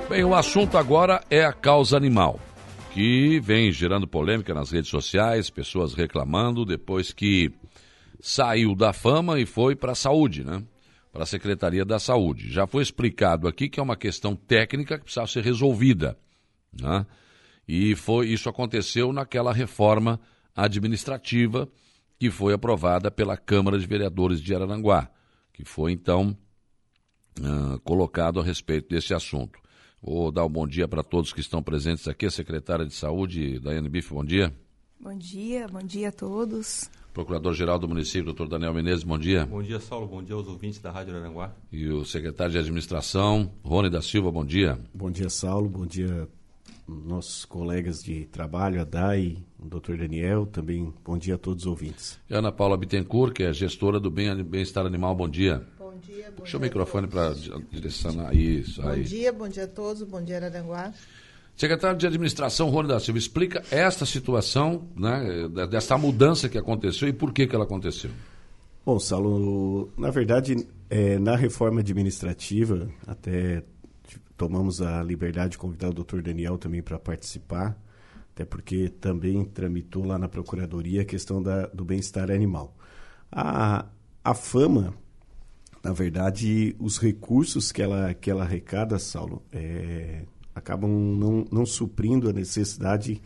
Bem, o assunto agora é a causa animal, que vem gerando polêmica nas redes sociais, pessoas reclamando depois que saiu da fama e foi para a saúde, né? Para a Secretaria da Saúde. Já foi explicado aqui que é uma questão técnica que precisava ser resolvida, né? E isso aconteceu naquela reforma administrativa que foi aprovada pela Câmara de Vereadores de Araranguá, que foi então colocado a respeito desse assunto. Vou dar um bom dia para todos que estão presentes aqui. A secretária de Saúde, Daiane Bife, bom dia. Bom dia a todos. Procurador-Geral do município, doutor Daniel Menezes, bom dia. Bom dia, Saulo, bom dia aos ouvintes da Rádio Araranguá. E o secretário de Administração, Rony da Silva, bom dia. Bom dia, Saulo, bom dia nossos colegas de trabalho, a Dai, o doutor Daniel, também bom dia a todos os ouvintes. E Ana Paula Bittencourt, que é gestora do Bem-Estar Animal, bom dia. Bom dia. Puxa o microfone para direcionar isso aí. Bom dia a todos, bom dia Araranguá. Secretário de Administração, Rony da Silva, explica esta situação, né, dessa mudança que aconteceu e por que ela aconteceu. Bom, Saulo, na verdade, na reforma administrativa, até tomamos a liberdade de convidar o doutor Daniel também para participar, até porque também tramitou lá na Procuradoria a questão do bem-estar animal. A fama, na verdade, os recursos que ela arrecada, Saulo, acabam não suprindo a necessidade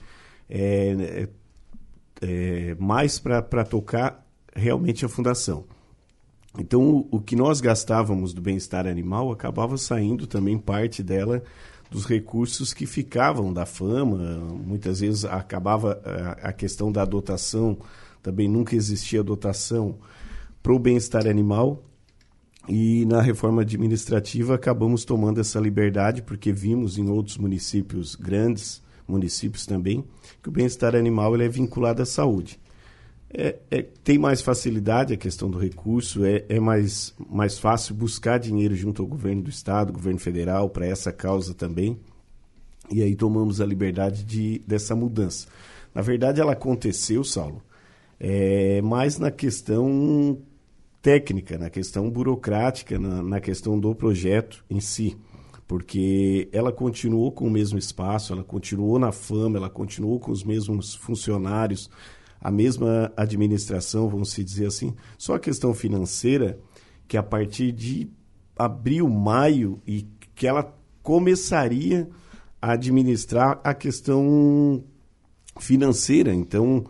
mais para tocar realmente a fundação. Então, o que nós gastávamos do bem-estar animal acabava saindo também parte dela dos recursos que ficavam da fama. Muitas vezes acabava a questão da dotação, também nunca existia dotação para o bem-estar animal. E na reforma administrativa acabamos tomando essa liberdade, porque vimos em outros municípios, grandes municípios também, que o bem-estar animal ele é vinculado à saúde. Tem mais facilidade a questão do recurso, é mais fácil buscar dinheiro junto ao governo do estado, governo federal, para essa causa também. E aí tomamos a liberdade dessa mudança. Na verdade, ela aconteceu, Saulo, mais na questão técnica, na questão burocrática, na questão do projeto em si, porque ela continuou com o mesmo espaço, ela continuou na fama, ela continuou com os mesmos funcionários, a mesma administração, vamos se dizer assim, só a questão financeira, que a partir de abril, maio, e que ela começaria a administrar a questão financeira. Então,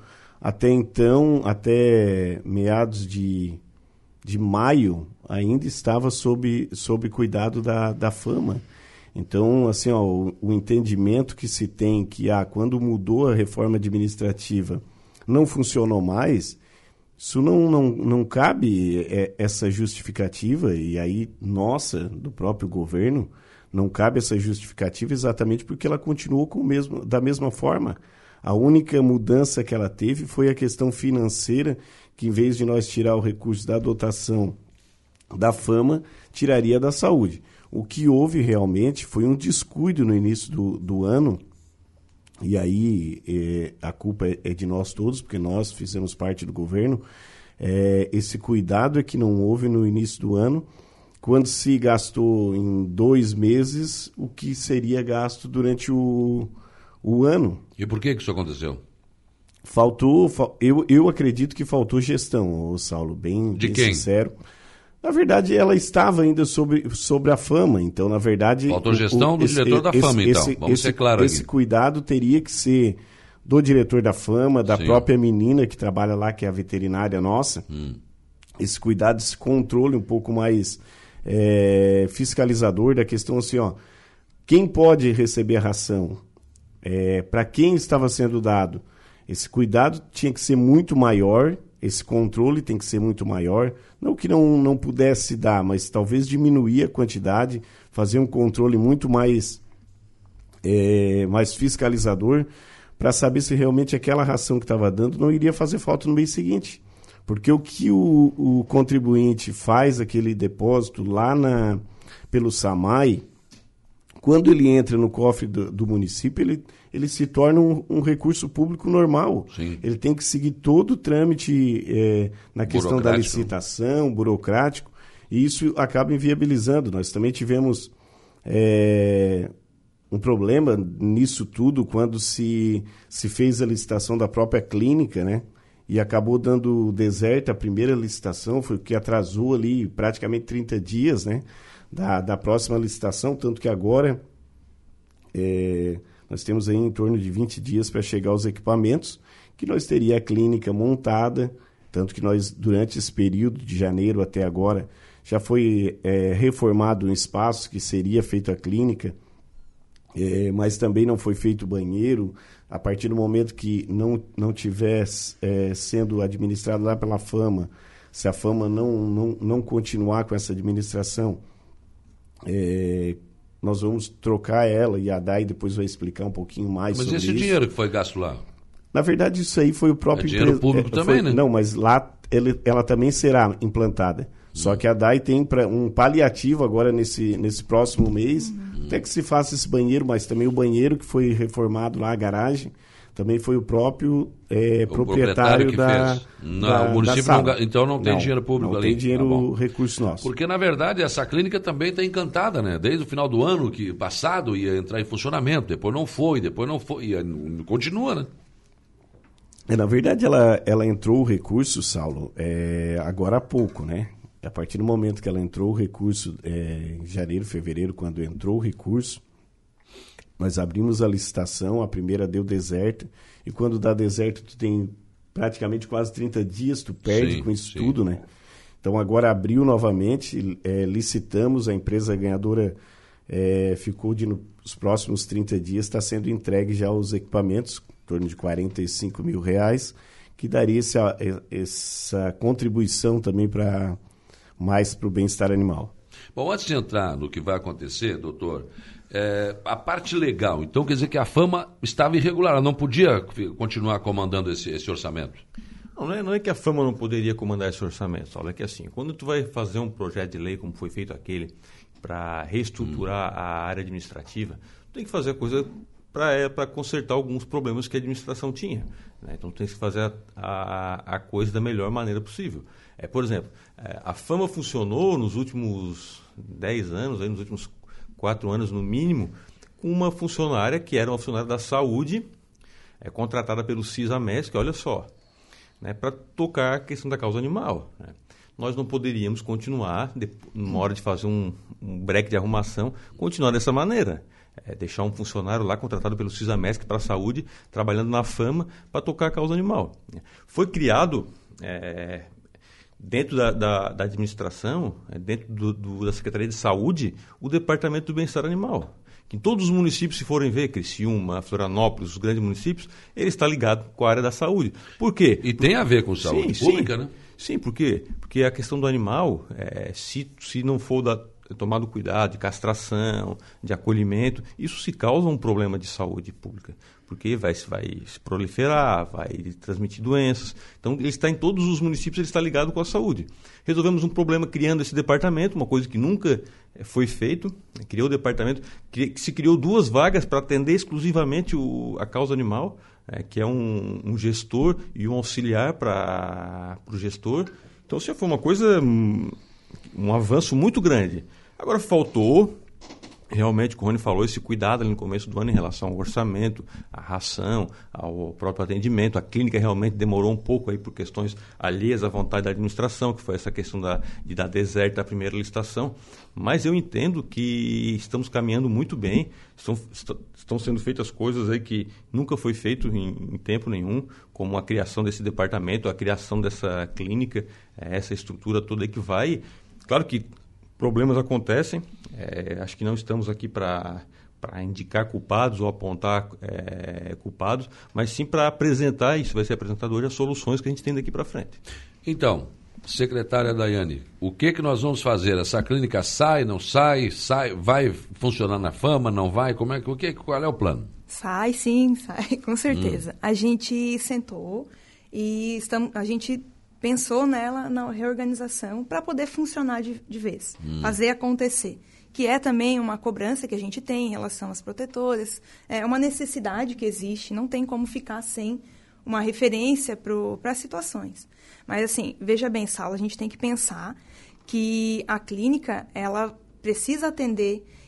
até meados de maio, ainda estava sob cuidado da fama. Então, assim, o entendimento que se tem que quando mudou a reforma administrativa, não funcionou mais, isso não cabe essa justificativa, e aí, do próprio governo, não cabe essa justificativa exatamente porque ela continuou da mesma forma. A única mudança que ela teve foi a questão financeira, que em vez de nós tirar o recurso da dotação da fama, tiraria da saúde. O que houve realmente foi um descuido no início do ano, e aí a culpa é de nós todos, porque nós fizemos parte do governo. Esse cuidado é que não houve no início do ano, quando se gastou em 2 meses o que seria gasto durante o ano. E por que isso aconteceu? Eu acredito que faltou gestão, Saulo, bem sincero. Na verdade, ela estava ainda sobre a fama, então, na verdade... Faltou gestão do diretor da fama, então, vamos ser claros aqui. Esse cuidado teria que ser do diretor da fama, da própria menina que trabalha lá, que é a veterinária nossa. Esse cuidado, esse controle um pouco mais fiscalizador da questão assim, quem pode receber a ração? Para quem estava sendo dado? Esse cuidado tinha que ser muito maior, esse controle tem que ser muito maior. Não que não pudesse dar, mas talvez diminuir a quantidade, fazer um controle muito mais fiscalizador, para saber se realmente aquela ração que estava dando não iria fazer falta no mês seguinte. Porque o que o contribuinte faz, aquele depósito lá pelo SAMAI, quando ele entra no cofre do município, ele se torna um recurso público normal. Sim. Ele tem que seguir todo o trâmite na questão da licitação, burocrático, e isso acaba inviabilizando. Nós também tivemos problema nisso tudo quando se fez a licitação da própria clínica, né? E acabou dando deserto a primeira licitação, foi o que atrasou ali praticamente 30 dias, né? Da próxima licitação, tanto que agora nós temos aí em torno de 20 dias para chegar aos equipamentos, que nós teria a clínica montada, tanto que nós, durante esse período de janeiro até agora, já foi reformado um espaço que seria feito a clínica, mas também não foi feito o banheiro. A partir do momento que não tivesse sendo administrado lá pela Fama, se a Fama não continuar com essa administração, nós vamos trocar ela, e a Dai depois vai explicar um pouquinho mais sobre isso. Mas esse dinheiro que foi gasto lá? Na verdade, isso aí foi o próprio... dinheiro público também, né? Não, mas lá ela também será implantada. Só que a DAI tem um paliativo agora nesse próximo mês, até que se faça esse banheiro, mas também o banheiro que foi reformado lá, a garagem, também foi o próprio proprietário que da fez. Não, o município então não tem dinheiro público ali. Não tem dinheiro, recurso nosso. Porque, na verdade, essa clínica também está encantada, né? Desde o final do ano passado ia entrar em funcionamento, depois não foi, e continua, né? Na verdade, ela entrou o recurso, Saulo, agora há pouco, né? A partir do momento que ela entrou o recurso, em janeiro, fevereiro, quando entrou o recurso, nós abrimos a licitação, a primeira deu deserto, e quando dá deserto, tu tem praticamente quase 30 dias, tu perde com isso tudo, né? Então, agora abriu novamente, licitamos, a empresa ganhadora ficou nos próximos 30 dias, está sendo entregue já os equipamentos, em torno de R$45 mil, que daria essa contribuição também mais para o bem-estar animal. Bom, antes de entrar no que vai acontecer, doutor, a parte legal, então quer dizer que a Fama estava irregular, ela não podia continuar comandando esse orçamento? Não é que a Fama não poderia comandar esse orçamento, Saulo, é que assim, quando tu vai fazer um projeto de lei, como foi feito aquele, para reestruturar a área administrativa, tu tem que fazer a coisa para consertar alguns problemas que a administração tinha, né? Então tem que fazer a coisa da melhor maneira possível. Por exemplo, a Fama funcionou nos últimos 10 anos, nos últimos 4 anos no mínimo, com uma funcionária que era uma funcionária da saúde, contratada pelo CISAMESC, olha só, né, para tocar a questão da causa animal, né? Nós não poderíamos continuar, na hora de fazer um break de arrumação, continuar dessa maneira. Deixar um funcionário lá contratado pelo CISAMESC para a saúde, trabalhando na Fama para tocar a causa animal. Foi criado, dentro da administração, dentro da Secretaria de Saúde, o Departamento do Bem-Estar Animal. Que em todos os municípios, se forem ver, Criciúma, Florianópolis, os grandes municípios, ele está ligado com a área da saúde. Por quê? Tem a ver com saúde pública, né? Sim, por quê? Porque a questão do animal, se não for tomado cuidado de castração, de acolhimento, isso se causa um problema de saúde pública, porque vai se proliferar, vai transmitir doenças. Então, ele está em todos os municípios, ele está ligado com a saúde. Resolvemos um problema criando esse departamento, uma coisa que nunca foi feito, criou o departamento, se criou 2 vagas para atender exclusivamente a causa animal, que é um gestor e um auxiliar para o gestor. Então, isso já foi uma coisa, um avanço muito grande. Agora, faltou, realmente, como o Rony falou, esse cuidado ali no começo do ano em relação ao orçamento, à ração, ao próprio atendimento. A clínica realmente demorou um pouco aí por questões alheias à vontade da administração, que foi essa questão de dar deserto da primeira licitação. Mas eu entendo que estamos caminhando muito bem, estão sendo feitas coisas aí que nunca foi feito em tempo nenhum, como a criação desse departamento, a criação dessa clínica, essa estrutura toda aí que vai. Claro que problemas acontecem, acho que não estamos aqui para indicar culpados ou apontar culpados, mas sim para apresentar, isso vai ser apresentado hoje, as soluções que a gente tem daqui para frente. Então, secretária Daiane, o que nós vamos fazer? Essa clínica sai, não sai, vai funcionar na Fama, não vai? Qual é o plano? Sai, sim, sai, com certeza. A gente sentou e a gente pensou nela, na reorganização, para poder funcionar de vez, fazer acontecer. Que é também uma cobrança que a gente tem em relação às protetoras, é uma necessidade que existe, não tem como ficar sem uma referência para as situações. Mas, assim, veja bem, Saulo, a gente tem que pensar que a clínica, ela precisa atender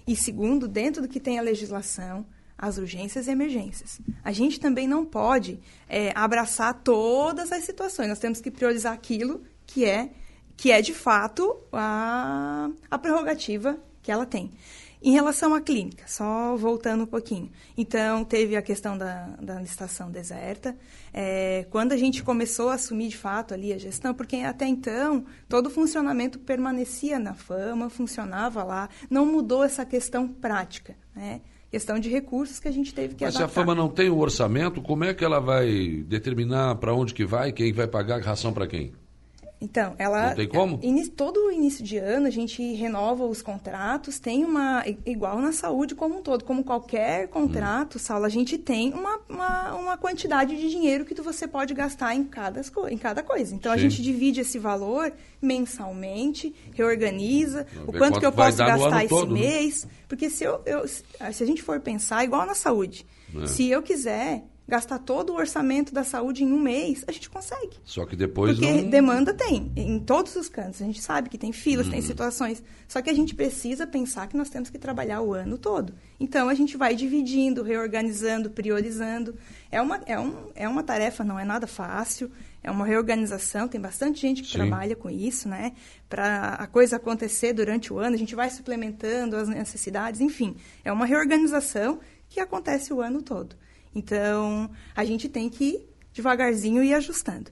E segundo, dentro do que tem a legislação, as urgências e emergências. A gente também não pode abraçar todas as situações. Nós temos que priorizar aquilo que é de fato a prerrogativa que ela tem. Em relação à clínica, só voltando um pouquinho. Então, teve a questão da licitação deserta. Quando a gente começou a assumir, de fato, ali a gestão, porque até então, todo o funcionamento permanecia na Fama, funcionava lá, não mudou essa questão prática, né? Questão de recursos que a gente teve que adaptar. Mas se a Fama não tem o orçamento, como é que ela vai determinar para onde que vai, quem vai pagar, ração para quem? Então, ela... Não tem como? Todo início de ano, a gente renova os contratos, tem igual na saúde como um todo, como qualquer contrato, Saulo, a gente tem uma quantidade de dinheiro que você pode gastar em cada coisa. Então, a gente divide esse valor mensalmente, reorganiza, o quanto que eu posso gastar esse mês, porque se a gente for pensar, igual na saúde, se eu quiser gastar todo o orçamento da saúde em um mês, a gente consegue. Só que depois porque demanda tem, em todos os cantos. A gente sabe que tem filas, tem situações. Só que a gente precisa pensar que nós temos que trabalhar o ano todo. Então, a gente vai dividindo, reorganizando, priorizando. É uma tarefa, não é nada fácil. É uma reorganização, tem bastante gente que trabalha com isso, né? Para a coisa acontecer durante o ano, a gente vai suplementando as necessidades, enfim. É uma reorganização que acontece o ano todo. Então, a gente tem que ir devagarzinho e ajustando.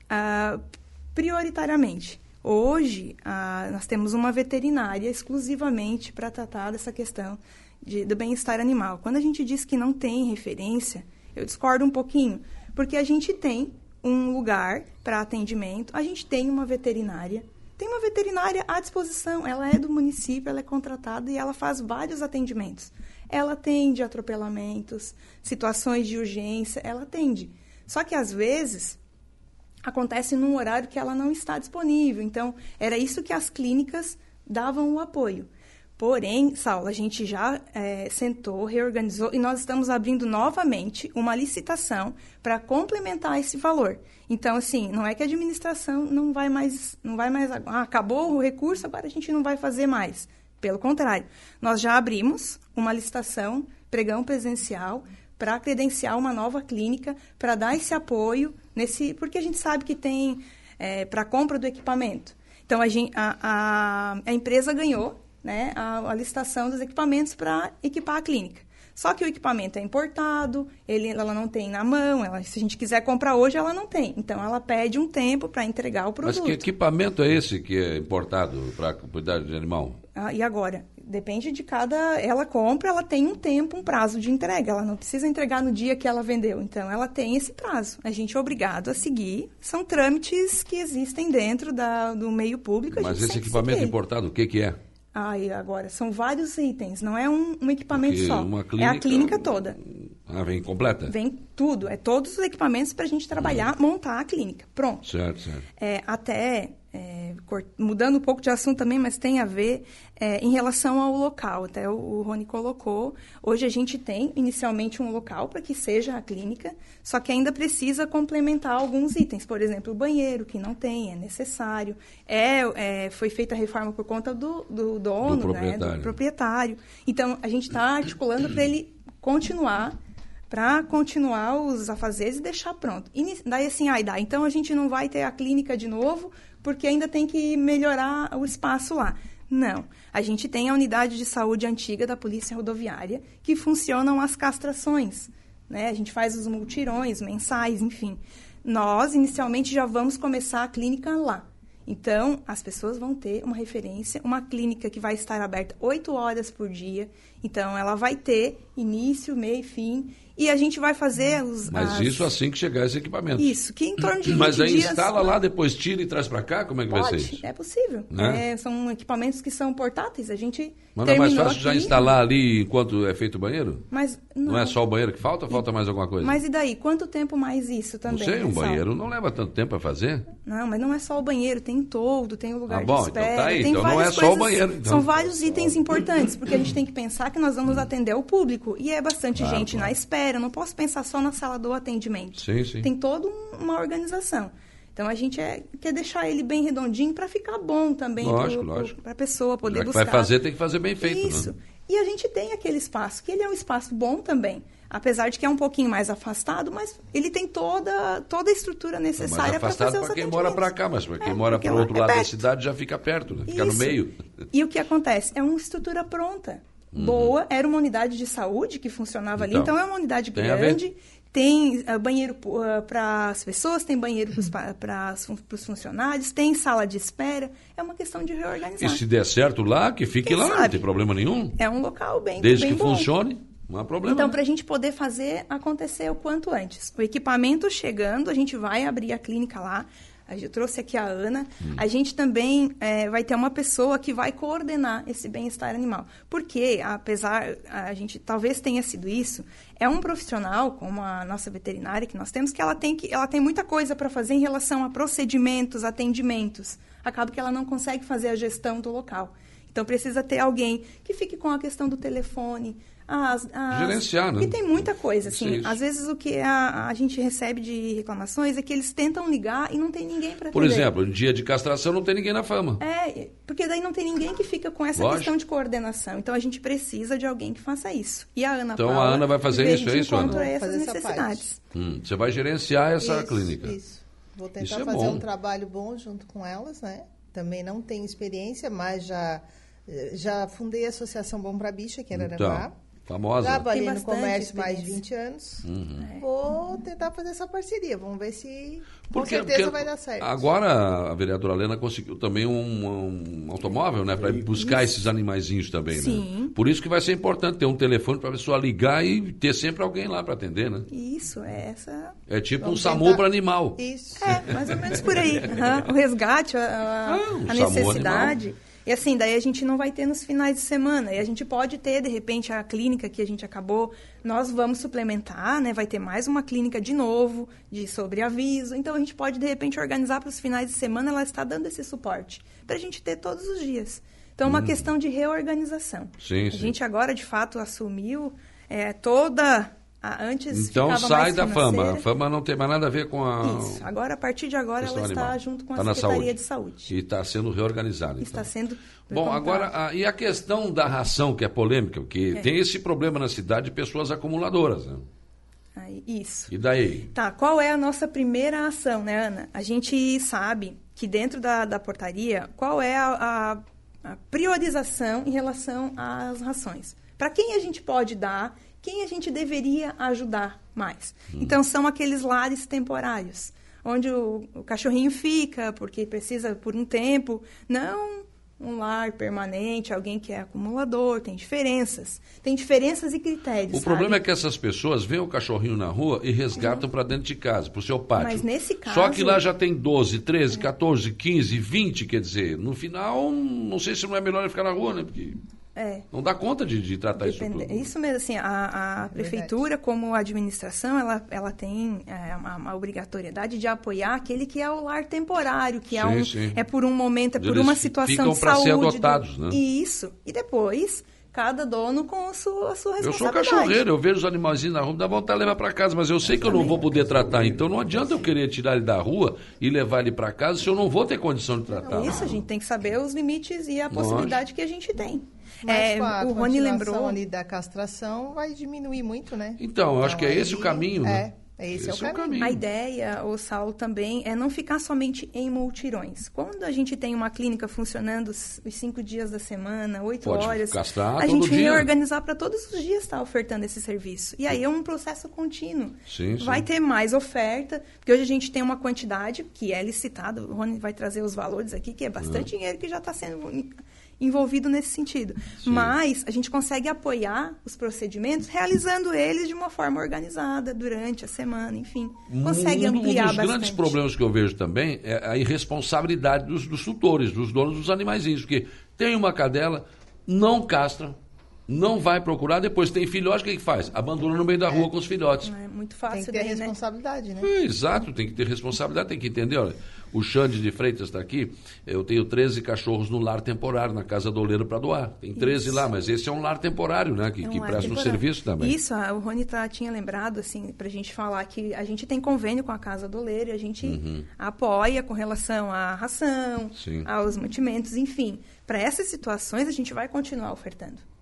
Prioritariamente, hoje, nós temos uma veterinária exclusivamente para tratar dessa questão do bem-estar animal. Quando a gente diz que não tem referência, eu discordo um pouquinho, porque a gente tem um lugar para atendimento, a gente tem uma veterinária. Tem uma veterinária à disposição, ela é do município, ela é contratada e ela faz vários atendimentos. Ela atende atropelamentos, situações de urgência, ela atende. Só que, às vezes, acontece num horário que ela não está disponível. Então, era isso que as clínicas davam o apoio. Porém, Saulo, a gente já sentou, reorganizou e nós estamos abrindo novamente uma licitação para complementar esse valor. Então, assim, não é que a administração não vai mais acabou o recurso, agora a gente não vai fazer mais. Pelo contrário, nós já abrimos uma licitação, pregão presencial, para credenciar uma nova clínica, para dar esse apoio, porque a gente sabe que tem para a compra do equipamento. Então, a empresa ganhou, né, a licitação dos equipamentos para equipar a clínica. Só que o equipamento é importado, ela não tem na mão, se a gente quiser comprar hoje, ela não tem. Então, ela pede um tempo para entregar o produto. Mas que equipamento é esse que é importado para cuidar de animal? E agora? Depende de ela compra, ela tem um prazo de entrega. Ela não precisa entregar no dia que ela vendeu. Então, ela tem esse prazo. A gente é obrigado a seguir. São trâmites que existem dentro do meio público. Mas esse equipamento importado, o que é? E agora, são vários itens, não é um equipamento só. Clínica, é a clínica toda. Vem completa? Vem tudo, todos os equipamentos para a gente trabalhar, montar a clínica. Pronto. Certo. Mudando um pouco de assunto também, mas tem a ver em relação ao local. Até o Rony colocou. Hoje a gente tem inicialmente um local para que seja a clínica, só que ainda precisa complementar alguns itens. Por exemplo, o banheiro, que não tem, é necessário. Foi feita a reforma por conta do dono, do proprietário. Então, a gente está articulando para ele continuar os afazeres e deixar pronto. E daí assim, então a gente não vai ter a clínica de novo, porque ainda tem que melhorar o espaço lá. Não. A gente tem a unidade de saúde antiga da Polícia Rodoviária, que funcionam as castrações, né? A gente faz os multirões mensais, enfim. Nós, inicialmente, já vamos começar a clínica lá. Então, as pessoas vão ter uma referência, uma clínica que vai estar aberta 8 horas por dia. Então, ela vai ter início, meio e fim. E a gente vai fazer isso assim que chegar esse equipamento. Isso, que em torno de 20 Mas aí dias... instala lá, depois tira e traz para cá? Como é que vai ser isso? É possível. Né? São equipamentos que são portáteis. A gente Mas não é mais fácil já instalar ali enquanto é feito o banheiro? Mas não é só o banheiro que falta? Falta mais alguma coisa? Mas e daí? Quanto tempo mais isso também? Não sei, um banheiro não leva tanto tempo para fazer? Não, mas não é só o banheiro. Tem todo, tem o lugar de espera. Então tá aí. Tem então não é só o banheiro. Então. São vários itens importantes, porque a gente tem que pensar que nós vamos atender o público. E é bastante gente na espera. Eu não posso pensar só na sala do atendimento. Sim. Tem toda uma organização. Então, a gente quer deixar ele bem redondinho para ficar bom também para a pessoa poder buscar. Vai fazer, tem que fazer bem feito. Isso. Né? E a gente tem aquele espaço, que ele é um espaço bom também. Apesar de que é um pouquinho mais afastado, mas ele tem toda a estrutura necessária para fazer os atendimentos. Para quem mora para cá, mas para quem mora para o outro lado da cidade já fica perto, né? Fica no meio. E o que acontece? É uma estrutura pronta, boa. Era uma unidade de saúde que funcionava ali, então é uma unidade grande. Tem banheiro para as pessoas, tem banheiro para os funcionários, tem sala de espera. É uma questão de reorganizar. E se der certo lá, que fique lá, não tem problema nenhum. É um local bem Desde bem que bom. funcione. Não há problema. Então, para a gente poder fazer acontecer o quanto antes. O equipamento chegando, a gente vai abrir a clínica lá. Eu trouxe aqui a Ana. A gente também vai ter uma pessoa que vai coordenar esse bem-estar animal. Porque, apesar, a gente talvez tenha sido isso, é um profissional, como a nossa veterinária que nós temos, que ela tem muita coisa para fazer em relação a procedimentos, atendimentos. Acaba que ela não consegue fazer a gestão do local. Então, precisa ter alguém que fique com a questão do telefone, gerenciar, né? Porque tem muita coisa, assim. Isso. Às vezes o que a gente recebe de reclamações é que eles tentam ligar e não tem ninguém para atender. Por exemplo, em dia de castração não tem ninguém na fama. Porque daí não tem ninguém que fica com essa questão de coordenação. Então a gente precisa de alguém que faça isso. E a Ana Paula... Então a Ana vai fazer isso, é isso, Ana? Vou essas necessidades. Você vai gerenciar essa clínica. Isso. Vou tentar Isso é fazer bom. um trabalho bom junto com elas, né? Também não tenho experiência, mas já fundei a Associação Bom Pra Bicho aqui em Araranguá. Então, famosa. Trabalhei Tem no bastante comércio mais de experiência. 20 anos. Vou tentar fazer essa parceria. Vamos ver se com Porque certeza vai dar certo. Agora a vereadora Lena conseguiu também um automóvel, né? Para buscar esses animaizinhos também, Sim. né? Por isso que vai ser importante ter um telefone para a pessoa ligar e ter sempre alguém lá para atender, né? Isso, essa... É tipo Vamos um SAMU tentar. para animal. Isso. Mais ou menos por aí. O resgate, a necessidade. E assim, daí a gente não vai ter nos finais de semana. E a gente pode ter, de repente, a clínica que a gente acabou, nós vamos suplementar, né? Vai ter mais uma clínica de novo, de sobreaviso. Então, a gente pode, de repente, organizar para os finais de semana, ela está dando esse suporte. Para a gente ter todos os dias. Então, é uma questão de reorganização. Sim, a gente agora, de fato, assumiu toda... Antes então sai mais da fama. financeira. A fama não tem mais nada a ver com a... Isso. Agora, a partir de agora, ela está animal. junto com Tá a na Secretaria de Saúde. E está sendo reorganizada. Está Então. sendo... Bom, agora, e a questão da ração, que é polêmica, porque tem esse problema na cidade de pessoas acumuladoras, né? Isso. E daí? Tá, qual é a nossa primeira ação, né, Ana? A gente sabe que dentro da portaria, qual é a priorização em relação às rações. Para quem a gente pode dar, quem a gente deveria ajudar mais. Então, são aqueles lares temporários, onde o cachorrinho fica, porque precisa por um tempo, não um lar permanente, alguém que é acumulador, tem diferenças e critérios. O problema é que essas pessoas veem o cachorrinho na rua e resgatam para dentro de casa, para o seu pátio. Mas nesse caso... Só que lá já tem 12, 13, 14, 15, 20, quer dizer, no final, não sei se não é melhor ele ficar na rua, né? Porque não dá conta de tratar isso tudo. Isso mesmo, assim, a prefeitura, como administração, ela tem uma obrigatoriedade de apoiar aquele que é o lar temporário, que é por um momento, é por uma situação de saúde. Ficam para ser adotados, né? Isso. E depois, cada dono com a sua responsabilidade. Eu sou cachorreiro, eu vejo os animalzinhos na rua, dá vontade de levar para casa, mas eu sei que eu não vou poder tratar, então não adianta eu querer tirar ele da rua e levar ele para casa se eu não vou ter condição de tratar. Isso, a gente tem que saber os limites e a possibilidade que a gente tem. Mas com a o Rony lembrou ali da castração vai diminuir muito, né? Então, eu acho que é esse o caminho, né? Esse é o caminho. A ideia, o Saulo, também é não ficar somente em multirões. Quando a gente tem uma clínica funcionando os 5 dias da semana, 8 horas, a gente reorganizar para todos os dias estar ofertando esse serviço. E aí é um processo contínuo. Sim. Vai ter mais oferta, porque hoje a gente tem uma quantidade que é licitada, o Rony vai trazer os valores aqui, que é bastante dinheiro que já está sendo envolvido nesse sentido. Sim. Mas a gente consegue apoiar os procedimentos realizando eles de uma forma organizada durante a semana, enfim. Consegue ampliar bastante. Um dos grandes problemas que eu vejo também é a irresponsabilidade dos tutores, dos donos dos animaizinhos, porque tem uma cadela, não castra, não vai procurar, depois tem filhote, o que faz? Abandona no meio da rua com os filhotes. É muito fácil. Tem que ter responsabilidade, né? Exato, tem que ter responsabilidade, tem que entender. Olha, o Xande de Freitas está aqui, eu tenho 13 cachorros no lar temporário, na Casa do Oleiro para doar. Tem 13 lá, mas esse é um lar temporário, né? Que presta um serviço também. Isso, o Rony tinha lembrado, assim, para a gente falar que a gente tem convênio com a Casa do Oleiro e a gente apoia com relação à ração, aos mantimentos, enfim. Para essas situações, a gente vai continuar ofertando.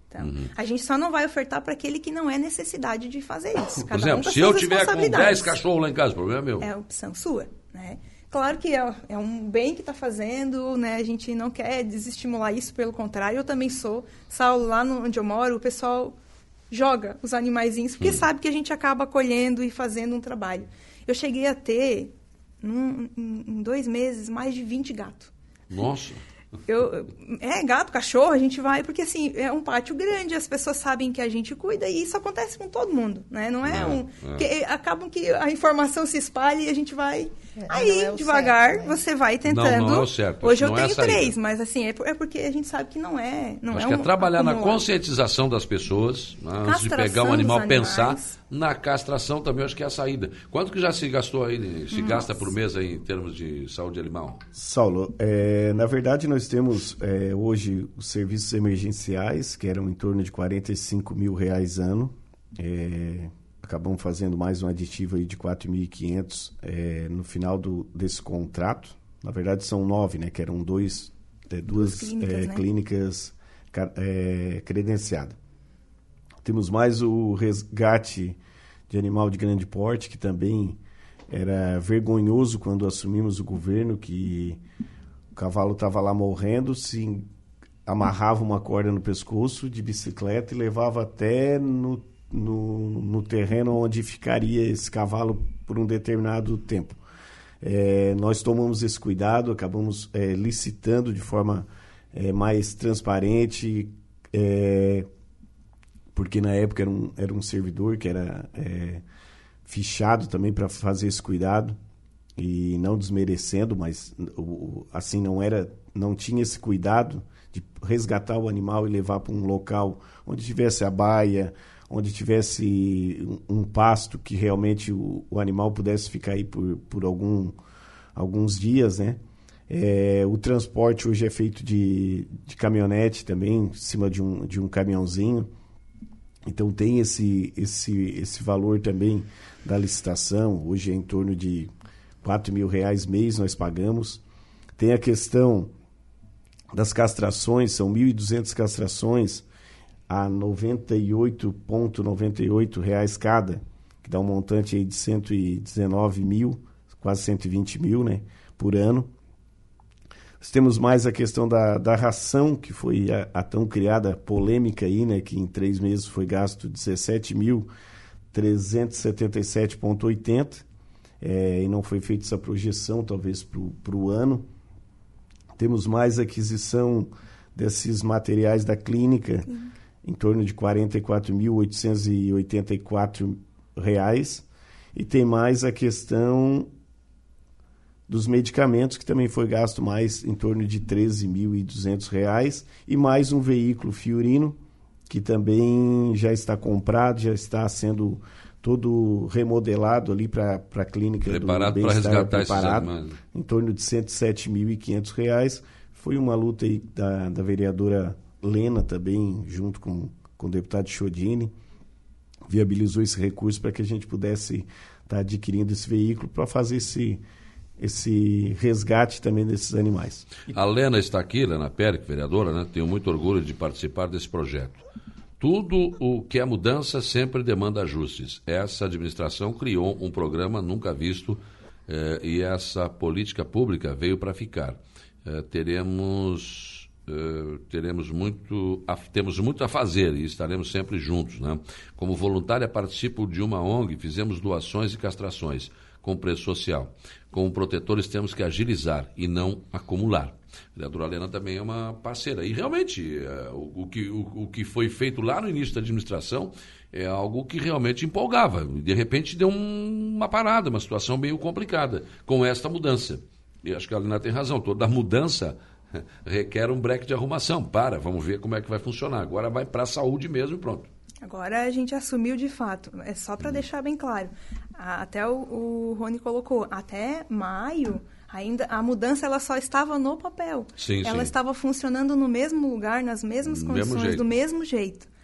Então, a gente só não vai ofertar para aquele que não é necessidade de fazer isso. Por exemplo, se eu tiver com 10 cachorros lá em casa, o problema é meu. É a opção sua, né? Claro que é um bem que está fazendo, né? A gente não quer desestimular isso, pelo contrário. Eu também sou. Saulo, lá onde eu moro, o pessoal joga os animaizinhos, porque sabe que a gente acaba acolhendo e fazendo um trabalho. Eu cheguei a ter, em 2 meses, mais de 20 gatos. Nossa! Gato, cachorro, a gente vai, porque assim, é um pátio grande, as pessoas sabem que a gente cuida e isso acontece com todo mundo, né? Não é porque acabam que a informação se espalha e a gente vai devagar, certo, né? Você vai tentando. Não é o certo. Hoje eu tenho 3, mas assim, é porque a gente sabe que não é. Acho que é trabalhar na conscientização das pessoas, né? Antes de pegar um animal, pensar na castração também, acho que é a saída. Quanto que já se gastou aí, se gasta por mês aí, em termos de saúde animal? Saulo, na verdade nós temos hoje os serviços emergenciais, que eram em torno de R$45 mil ano. Acabamos fazendo mais um aditivo aí de 4.500 no final desse contrato. Na verdade são 9, né? Que eram duas clínicas credenciadas. Temos mais o resgate de animal de grande porte, que também era vergonhoso quando assumimos o governo, que o cavalo estava lá morrendo, se amarrava uma corda no pescoço de bicicleta e levava até no terreno onde ficaria esse cavalo por um determinado tempo. Nós tomamos esse cuidado, acabamos licitando de forma mais transparente, porque na época era um servidor que era fichado também para fazer esse cuidado, e não desmerecendo, mas assim não tinha esse cuidado de resgatar o animal e levar para um local onde tivesse a baia, onde tivesse um pasto que realmente o animal pudesse ficar aí por alguns dias, né? O transporte hoje é feito de caminhonete também, em cima de um caminhãozinho. Então tem esse valor também da licitação. Hoje é em torno de R$4 mil mês nós pagamos. Tem a questão das castrações, são 1.200 castrações a R$ 98,98 cada, que dá um montante aí de 119 mil, quase 120 mil, né, por ano. Nós temos mais a questão da ração, que foi a tão criada polêmica aí, né, que em 3 meses foi gasto 17.377,80, e não foi feita essa projeção, talvez, para o ano. Temos mais aquisição desses materiais da clínica, em torno de R$ 44.884, e tem mais a questão dos medicamentos, que também foi gasto mais em torno de R$ 13.200, e mais um veículo Fiorino, que também já está comprado, já está sendo todo remodelado ali para a clínica preparado do Bem-Estar, resgatar esses animais, em torno de R$ 107.500. Foi uma luta aí da vereadora Lena também, junto com o deputado Chodini, viabilizou esse recurso para que a gente pudesse estar adquirindo esse veículo para fazer esse resgate também desses animais. A Lena está aqui, Lena Pérez, vereadora, né? Tenho muito orgulho de participar desse projeto. Tudo o que é mudança sempre demanda ajustes. Essa administração criou um programa nunca visto e essa política pública veio para ficar. Temos muito a fazer e estaremos sempre juntos, né? Como voluntária, participo de uma ONG, fizemos doações e castrações com preço social. Como protetores, temos que agilizar e não acumular. A vereadora Lena também é uma parceira. E realmente, o que foi feito lá no início da administração é algo que realmente empolgava. De repente deu uma parada, uma situação meio complicada com esta mudança. E acho que a Lena tem razão. Toda mudança requer um breque de arrumação. Vamos ver como é que vai funcionar. Agora vai para a saúde mesmo e pronto. Agora a gente assumiu de fato. É só para deixar bem claro. Até o Rony colocou, até maio, ainda a mudança ela só estava no papel. Sim, ela estava funcionando no mesmo lugar, nas mesmas condições, do mesmo jeito.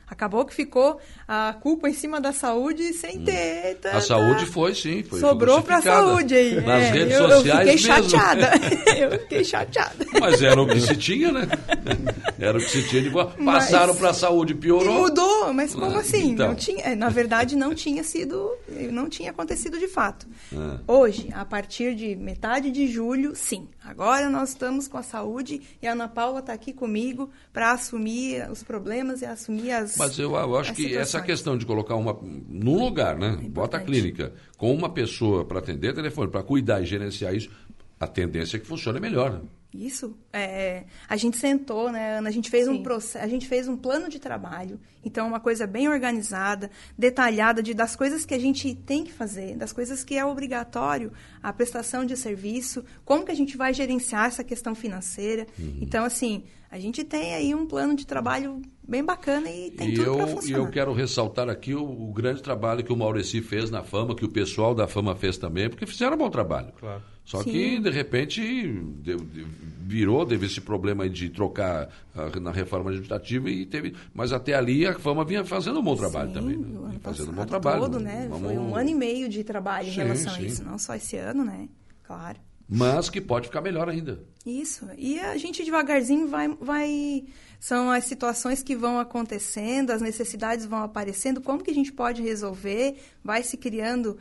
Acabou que ficou a culpa em cima da saúde sem ter... A saúde foi sobrou para a saúde aí. Nas redes sociais eu fiquei chateada. Eu fiquei chateada. Mas era o que se tinha, né? Era o que se tinha de boa. Passaram para a saúde, piorou. Mudou, mas como assim? Então. Não tinha, na verdade, não tinha acontecido de fato. Hoje, a partir de metade de julho, sim. Agora nós estamos com a saúde e a Ana Paula está aqui comigo para assumir os problemas e assumir as... Mas eu acho que situações. Essa questão de colocar num lugar, né? Bota a clínica com uma pessoa para atender telefone, para cuidar e gerenciar isso, a tendência é que funcione melhor, né? Isso. A gente sentou, né, Ana? A gente fez um plano de trabalho. Então, uma coisa bem organizada, detalhada das coisas que a gente tem que fazer, das coisas que é obrigatório, a prestação de serviço, como que a gente vai gerenciar essa questão financeira. Então, assim, a gente tem aí um plano de trabalho bem bacana e tem tudo para funcionar. E eu quero ressaltar aqui o grande trabalho que o Maurici fez na Fama, que o pessoal da Fama fez também, porque fizeram um bom trabalho. Claro. Só que, de repente, teve esse problema de trocar na reforma administrativa e teve... Mas até ali a Fama vinha fazendo um bom trabalho também. Né? Ano fazendo um bom passado trabalho. todo, né? Foi 1 ano e meio de trabalho em relação a isso. Não só esse ano, né? Claro. Mas que pode ficar melhor ainda. Isso. E a gente devagarzinho vai... São as situações que vão acontecendo, as necessidades vão aparecendo, como que a gente pode resolver, vai se criando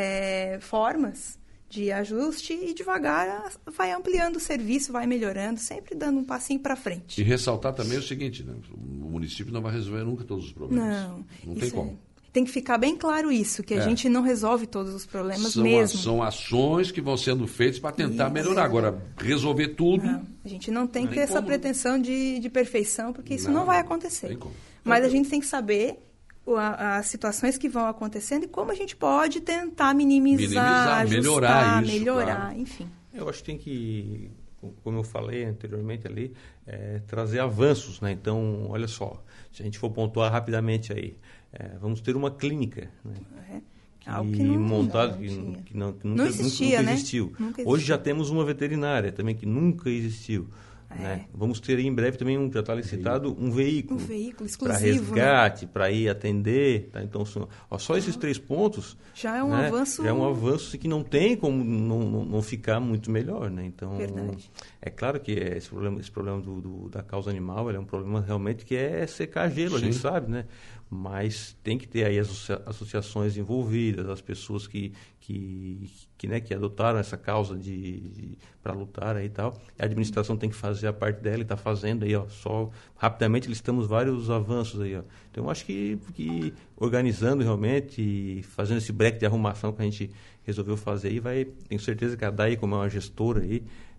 formas de ajuste e devagar vai ampliando o serviço, vai melhorando, sempre dando um passinho para frente. E ressaltar também o seguinte, né? O município não vai resolver nunca todos os problemas. Não tem como. Tem que ficar bem claro isso, que a gente não resolve todos os problemas mesmo. São ações que vão sendo feitas para tentar melhorar. Agora, resolver tudo... Não, a gente não tem que ter essa pretensão de perfeição, porque isso não vai acontecer. Mas a gente tem que saber as situações que vão acontecendo e como a gente pode tentar minimizar, ajustar, melhorar, claro. Enfim. Eu acho que tem que, como eu falei anteriormente ali, trazer avanços, né? Então, olha só, se a gente for pontuar rapidamente aí, vamos ter uma clínica, né? Algo que nunca existiu. Hoje já temos uma veterinária também que nunca existiu. Né? Vamos ter em breve também, já está licitado, um veículo exclusivo para resgate, para ir atender. Tá? Então, só esses 3 pontos já é um avanço. Já é um avanço que não tem como não ficar muito melhor. Né? Então, verdade. É claro que esse problema da causa animal é um problema realmente que é secar gelo, a gente sabe, né? Mas tem que ter aí as associações envolvidas, as pessoas que adotaram essa causa para lutar aí e tal. A administração tem que fazer a parte dela e está fazendo aí, só rapidamente listamos vários avanços aí, Então, eu acho que organizando realmente e fazendo esse break de arrumação que a gente resolveu fazer aí, tenho certeza que a Day, como é uma gestora aí,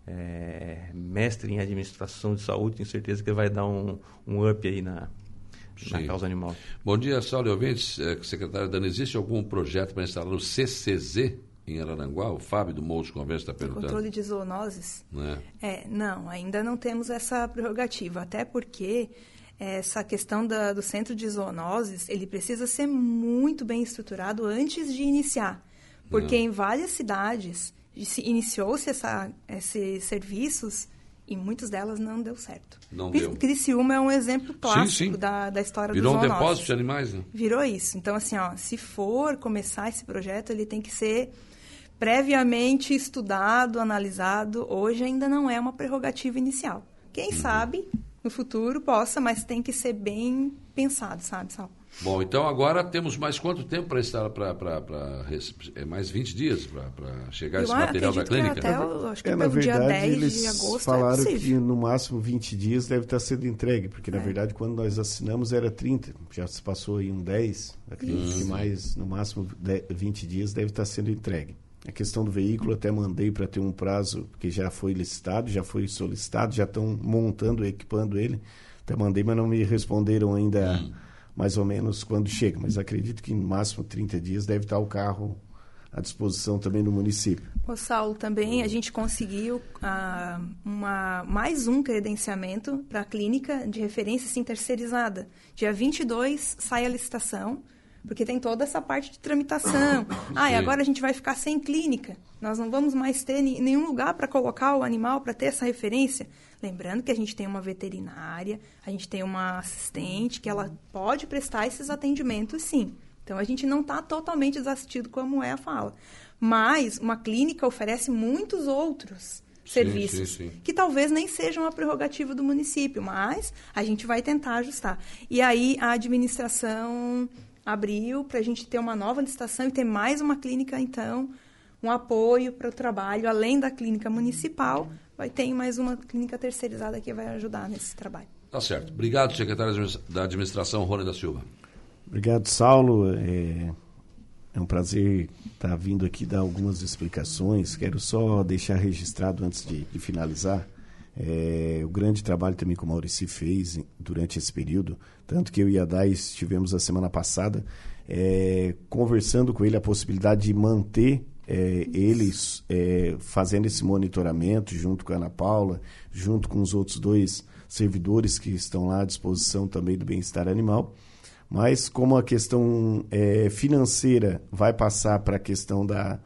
mestre em administração de saúde, tenho certeza que vai dar um up aí na causa animal. Bom dia, Saulo e ouvintes. Secretário Dani, existe algum projeto para instalar o CCZ em Araranguá? O Fábio do Morro de Conversa está perguntando. Controle de zoonoses? Não, ainda não temos essa prerrogativa, até porque essa questão do centro de zoonoses, ele precisa ser muito bem estruturado antes de iniciar, porque em várias cidades iniciou-se esses serviços e muitas delas não deu certo. Não deu. Criciúma é um exemplo clássico da história dos zoonoses. Virou um depósito de animais, né? Virou isso. Então, assim, se for começar esse projeto, ele tem que ser previamente estudado, analisado. Hoje ainda não é uma prerrogativa inicial. Quem sabe, no futuro, possa, mas tem que ser bem pensado, sabe, Sal? Bom, então agora temos mais quanto tempo para instalar, mais 20 dias para chegar esse material da clínica? Acho que pelo dia 10 de agosto falaram que no máximo 20 dias deve estar sendo entregue, porque na verdade quando nós assinamos era 30, já se passou aí 10, acredito que mais, no máximo 20 dias deve estar sendo entregue. A questão do veículo até mandei para ter um prazo, porque já foi licitado, já foi solicitado, já estão montando, equipando ele, até mandei, mas não me responderam ainda... mais ou menos quando chega, mas acredito que no máximo 30 dias deve estar o carro à disposição também do município. Ô Saulo, também a gente conseguiu mais um credenciamento para a clínica de referência assim, terceirizada. Dia 22 sai a licitação porque tem toda essa parte de tramitação. E agora a gente vai ficar sem clínica. Nós não vamos mais ter nenhum lugar para colocar o animal, para ter essa referência. Lembrando que a gente tem uma veterinária, a gente tem uma assistente, que ela pode prestar esses atendimentos, sim. Então, a gente não está totalmente desassistido, como é a fala. Mas uma clínica oferece muitos outros serviços, que talvez nem sejam uma prerrogativa do município, mas a gente vai tentar ajustar. E aí, a administração abriu para a gente ter uma nova licitação e ter mais uma clínica, então, um apoio para o trabalho, além da clínica municipal, vai ter mais uma clínica terceirizada que vai ajudar nesse trabalho. Tá certo. Obrigado, secretário da Administração, Rony da Silva. Obrigado, Saulo. É um prazer estar vindo aqui dar algumas explicações. Quero só deixar registrado, antes de finalizar, o grande trabalho também que o Maurici fez durante esse período, tanto que eu e a Dai estivemos a semana passada conversando com ele a possibilidade de manter eles fazendo esse monitoramento junto com a Ana Paula, junto com os outros 2 servidores que estão lá à disposição também do bem-estar animal. Mas como a questão financeira vai passar para a questão da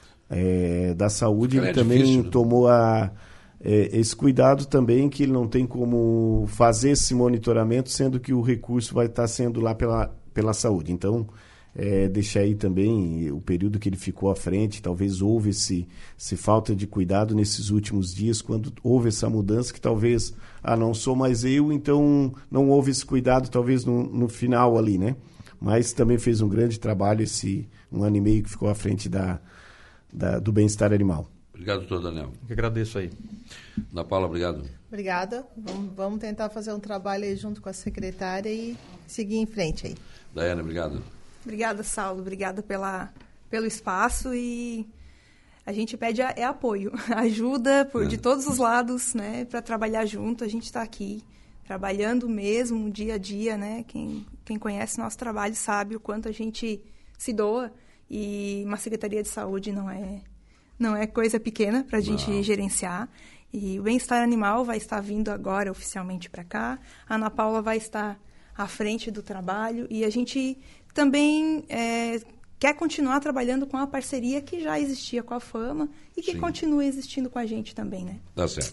saúde, ele também difícil, né? Tomou esse cuidado também, que ele não tem como fazer esse monitoramento, sendo que o recurso vai estar sendo lá pela saúde. Então, deixar aí também o período que ele ficou à frente, talvez houve esse falta de cuidado nesses últimos dias, quando houve essa mudança, que talvez, não sou mais eu, então não houve esse cuidado, talvez no final ali, né? Mas também fez um grande trabalho esse 1 ano e meio que ficou à frente do bem-estar animal. Obrigado, doutor Daniel. Eu que agradeço aí. Ana Paula, obrigado. Obrigada. Vamos tentar fazer um trabalho aí junto com a secretária e seguir em frente aí. Daiane, obrigado. Obrigada, Saulo. Obrigada pelo espaço, e a gente pede apoio, ajuda de todos os lados, né, para trabalhar junto. A gente está aqui trabalhando mesmo dia a dia, né? Quem conhece nosso trabalho sabe o quanto a gente se doa, e uma Secretaria de Saúde não é coisa pequena para a gente gerenciar. E o bem-estar animal vai estar vindo agora oficialmente para cá. A Ana Paula vai estar à frente do trabalho, e a gente também quer continuar trabalhando com a parceria que já existia com a Fama e que continua existindo com a gente também, né? Tá certo.